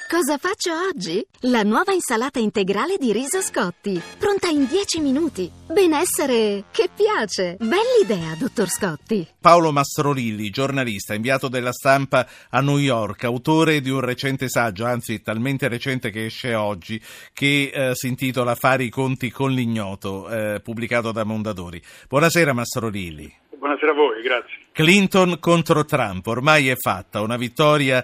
Cosa faccio oggi? La nuova insalata integrale di riso Scotti, pronta in 10 minuti. Benessere che piace. Bell'idea, dottor Scotti. Paolo Mastrolilli, giornalista, inviato della Stampa a New York, autore di un recente saggio, anzi talmente recente che esce oggi, che si intitola Fare i conti con l'ignoto, pubblicato da Mondadori. Buonasera Mastrolilli. Buonasera a voi, grazie. Clinton contro Trump, ormai è fatta, una vittoria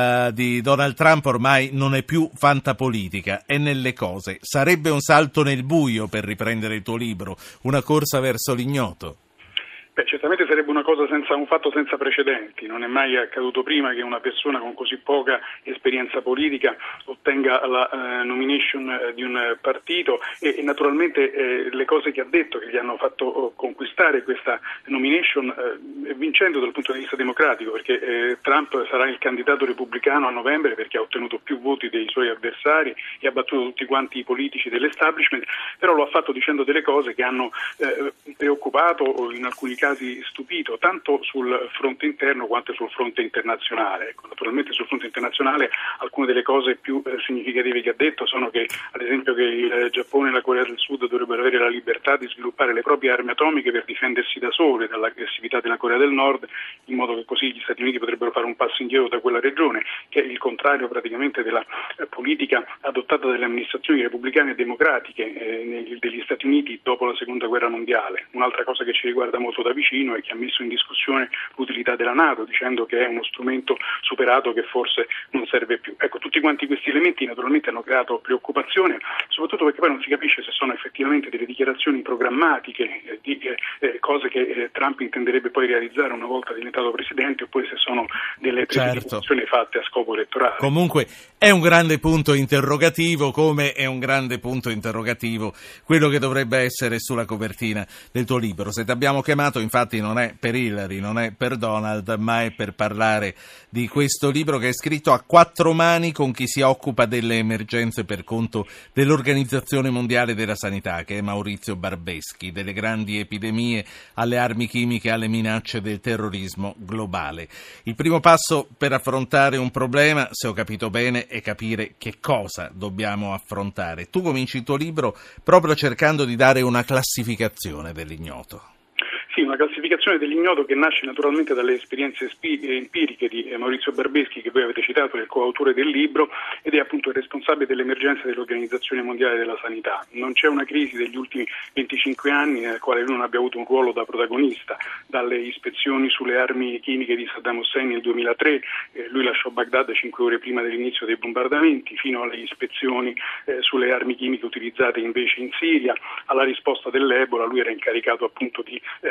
di Donald Trump ormai non è più fantapolitica, è nelle cose. Sarebbe un salto nel buio, per riprendere il tuo libro, una corsa verso l'ignoto? Certamente sarebbe un fatto senza precedenti. Non è mai accaduto prima che una persona con così poca esperienza politica ottenga la nomination di un partito e naturalmente le cose che ha detto che gli hanno fatto conquistare questa nomination vincendo dal punto di vista democratico, perché Trump sarà il candidato repubblicano a novembre perché ha ottenuto più voti dei suoi avversari e ha battuto tutti quanti i politici dell'establishment, però lo ha fatto dicendo delle cose che hanno preoccupato o in alcuni casi stupito, tanto sul fronte interno quanto sul fronte internazionale. Naturalmente sul fronte internazionale alcune delle cose più significative che ha detto sono che, ad esempio, che il Giappone e la Corea del Sud dovrebbero avere la libertà di sviluppare le proprie armi atomiche per difendersi da sole dall'aggressività della Corea del Nord, in modo che così gli Stati Uniti potrebbero fare un passo indietro da quella regione, che è il contrario praticamente della politica adottata dalle amministrazioni repubblicane e democratiche degli Stati Uniti dopo la Seconda Guerra Mondiale. Un'altra cosa che ci riguarda molto da vicino e che ha messo in discussione l'utilità della NATO, dicendo che è uno strumento superato che forse non serve più. Ecco, tutti quanti questi elementi naturalmente hanno creato preoccupazione, soprattutto perché poi non si capisce se sono effettivamente delle dichiarazioni programmatiche di cose che Trump intenderebbe poi realizzare una volta diventato presidente, oppure se sono delle previsioni fatte a scopo elettorale. Comunque è un grande punto interrogativo, come è un grande punto interrogativo quello che dovrebbe essere sulla copertina del tuo libro. Se ti abbiamo chiamato infatti non è per Hillary, non è per Donald, ma è per parlare di questo libro che è scritto a quattro mani con chi si occupa delle emergenze per conto dell'Organizzazione Mondiale della Sanità, che è Maurizio Barbeschi, delle grandi epidemie alle armi chimiche, alle minacce del terrorismo globale. Il primo passo per affrontare un problema, se ho capito bene, è capire che cosa dobbiamo affrontare. Tu cominci il tuo libro proprio cercando di dare una classificazione dell'ignoto. Sì, una classificazione dell'ignoto che nasce naturalmente dalle esperienze empiriche di Maurizio Barbeschi, che voi avete citato, è il coautore del libro ed è appunto il responsabile dell'emergenza dell'Organizzazione Mondiale della Sanità. Non c'è una crisi degli ultimi 25 anni nella quale lui non abbia avuto un ruolo da protagonista, dalle ispezioni sulle armi chimiche di Saddam Hussein nel 2003, lui lasciò Baghdad 5 ore prima dell'inizio dei bombardamenti, fino alle ispezioni sulle armi chimiche utilizzate invece in Siria, alla risposta dell'Ebola. Lui era incaricato appunto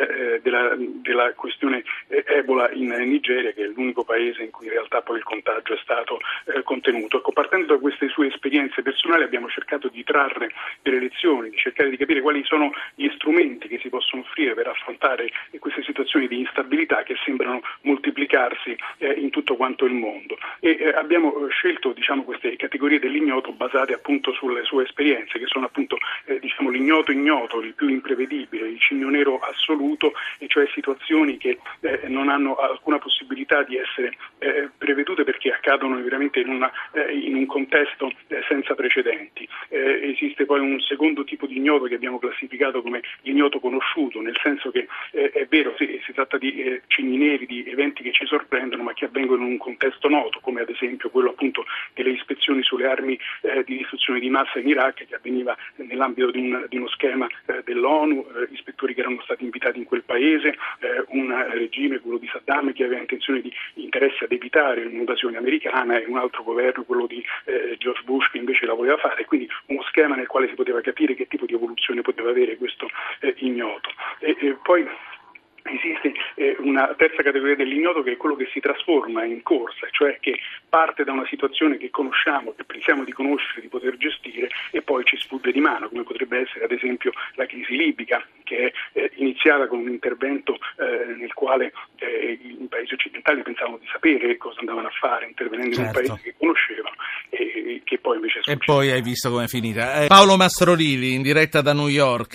della questione Ebola in Nigeria, che è l'unico paese in cui in realtà poi il contagio è stato contenuto. Ecco, partendo da queste sue esperienze personali abbiamo cercato di trarre delle lezioni, di cercare di capire quali sono gli strumenti che si possono offrire per affrontare queste situazioni di instabilità che sembrano moltiplicarsi in tutto quanto il mondo. E abbiamo scelto queste categorie dell'ignoto basate appunto sulle sue esperienze, che sono appunto l'ignoto ignoto, il più imprevedibile, il cigno nero assoluto, e cioè situazioni che non hanno alcuna possibilità di essere prevedute perché accadono veramente in un contesto senza precedenti. Esiste poi un secondo tipo di ignoto che abbiamo classificato come l'ignoto conosciuto, nel senso che è vero, sì, si tratta di cigni neri, di eventi che ci sorprendono ma che avvengono in un contesto noto, come ad esempio quello appunto delle ispezioni sulle armi di distruzione di massa in Iraq, che avveniva nell'ambito di uno schema dell'ONU, ispettori che erano stati invitati in quel paese, un regime, quello di Saddam, che aveva intenzione di interesse ad evitare un'invasione americana, e un altro governo, quello di George Bush, che invece la voleva fare, quindi uno schema nel quale si poteva capire che tipo di evoluzione poteva avere questo ignoto. E poi esiste una terza categoria dell'ignoto, che è quello che si trasforma in corsa, cioè che parte da una situazione che conosciamo, che pensiamo di conoscere, di poter gestire, e poi ci sfugge di mano, come potrebbe essere ad esempio la crisi libica, che è iniziata con un intervento nel quale i paesi occidentali pensavano di sapere cosa andavano a fare, intervenendo in un paese che conoscevano, e che poi poi invece E poi hai visto com'è finita. Paolo Mastrorilli, in diretta da New York,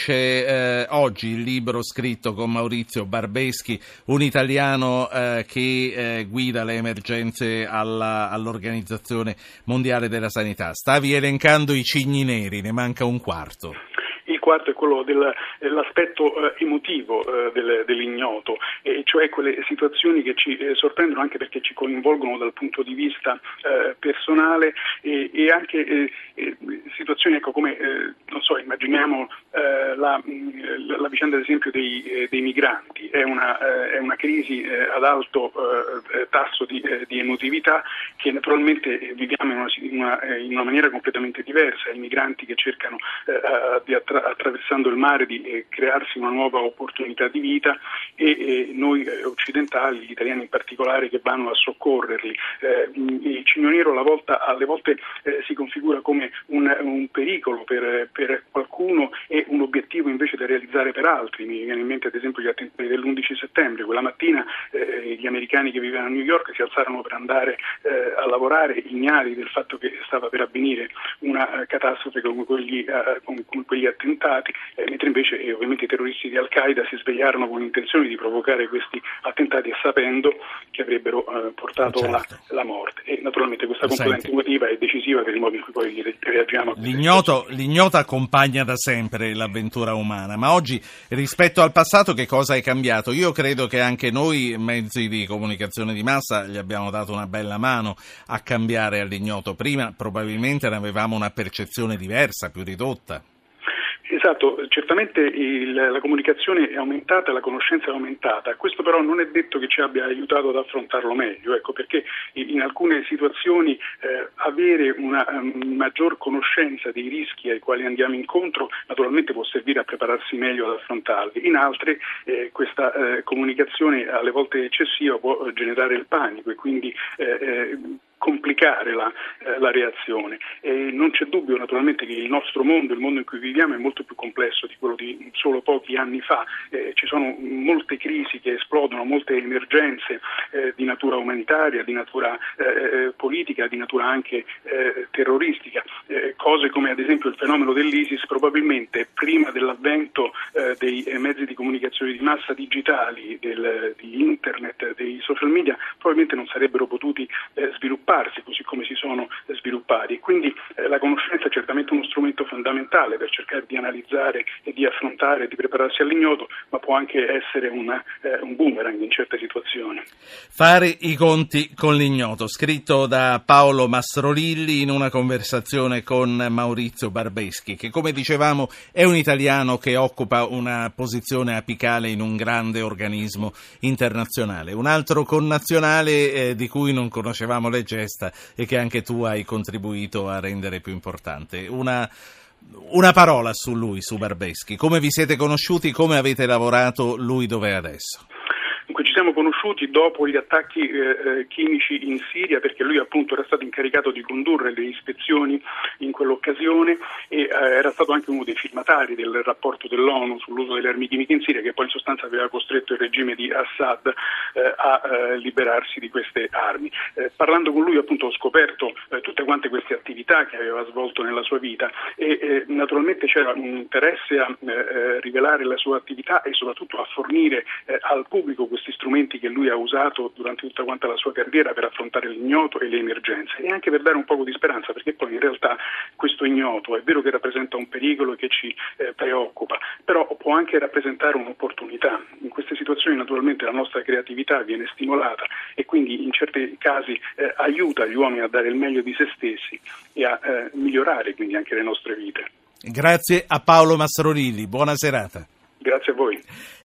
esce oggi il libro scritto con Maurizio Barbeschi, un italiano che guida le emergenze all'Organizzazione Mondiale della Sanità. Stavi elencando i cigni neri, ne manca un quarto. Il quarto è quello dell'aspetto emotivo dell'ignoto, cioè quelle situazioni che ci sorprendono anche perché ci coinvolgono dal punto di vista personale e anche situazioni come immaginiamo la vicenda ad esempio dei migranti. È una crisi ad alto tasso di emotività che naturalmente viviamo in una maniera completamente diversa. I migranti che cercano attraversando il mare di crearsi una nuova opportunità di vita e noi occidentali, gli italiani in particolare, che vanno a soccorrerli. Il cigno nero alle volte si configura come un pericolo per qualcuno e un obiettivo invece da realizzare per altri. Mi viene in mente ad esempio gli attentati dell'11 settembre. Quella mattina gli americani che vivevano a New York si alzarono per andare a lavorare, ignari del fatto che stava per avvenire una catastrofe come quegli attentati, mentre invece ovviamente i terroristi di Al-Qaeda si svegliarono con l'intenzione di provocare questi attentati sapendo che avrebbero portato la morte. E naturalmente questa componente emotiva è decisiva per il modo in cui poi reagiamo. L'ignoto accompagna da sempre l'avventura umana, ma oggi rispetto al passato che cosa è cambiato? Io credo che anche noi mezzi di comunicazione di massa gli abbiamo dato una bella mano a cambiare all'ignoto. Prima probabilmente ne avevamo una percezione diversa, più ridotta. Esatto, certamente la comunicazione è aumentata, la conoscenza è aumentata, questo però non è detto che ci abbia aiutato ad affrontarlo meglio, perché in alcune situazioni avere una maggior conoscenza dei rischi ai quali andiamo incontro naturalmente può servire a prepararsi meglio ad affrontarli, in altre questa comunicazione alle volte eccessiva può generare il panico e quindi complicare la reazione. Non c'è dubbio naturalmente che il nostro mondo, il mondo in cui viviamo, è molto più complesso di quello di solo pochi anni fa. Ci sono molte crisi che esplodono, molte emergenze di natura umanitaria, di natura politica, di natura anche terroristica. Cose come ad esempio il fenomeno dell'ISIS probabilmente prima dell'avvento dei mezzi di comunicazione di massa digitali, di internet, dei social media, probabilmente non sarebbero potuti svilupparsi così come si sono sviluppati, e quindi la conoscenza è certamente uno strumento fondamentale per cercare di analizzare e di affrontare e di prepararsi all'ignoto, ma può anche essere un boomerang in certe situazioni. Fare i conti con l'ignoto, scritto da Paolo Mastrorilli in una conversazione con Maurizio Barbeschi, che come dicevamo è un italiano che occupa una posizione apicale in un grande organismo internazionale. Un altro connazionale di cui non conoscevamo le gesta e che anche tu hai contribuito a rendere più importante. Una parola su lui, su Barbeschi. Come vi siete conosciuti, come avete lavorato, lui dov'è adesso? Ci siamo conosciuti dopo gli attacchi chimici in Siria, perché lui appunto era stato incaricato di condurre le ispezioni in quell'occasione e era stato anche uno dei firmatari del rapporto dell'ONU sull'uso delle armi chimiche in Siria, che poi in sostanza aveva costretto il regime di Assad a liberarsi di queste armi. Parlando con lui appunto ho scoperto tutte quante queste attività che aveva svolto nella sua vita e naturalmente c'era un interesse a rivelare la sua attività e soprattutto a fornire al pubblico questi strumenti che lui ha usato durante tutta quanta la sua carriera per affrontare l'ignoto e le emergenze, e anche per dare un po' di speranza, perché poi in realtà questo ignoto è vero che rappresenta un pericolo che ci preoccupa, però può anche rappresentare un'opportunità. In queste situazioni naturalmente la nostra creatività viene stimolata e quindi in certi casi aiuta gli uomini a dare il meglio di se stessi e a migliorare quindi anche le nostre vite. Grazie a Paolo Mastrorilli, buona serata. Grazie a voi.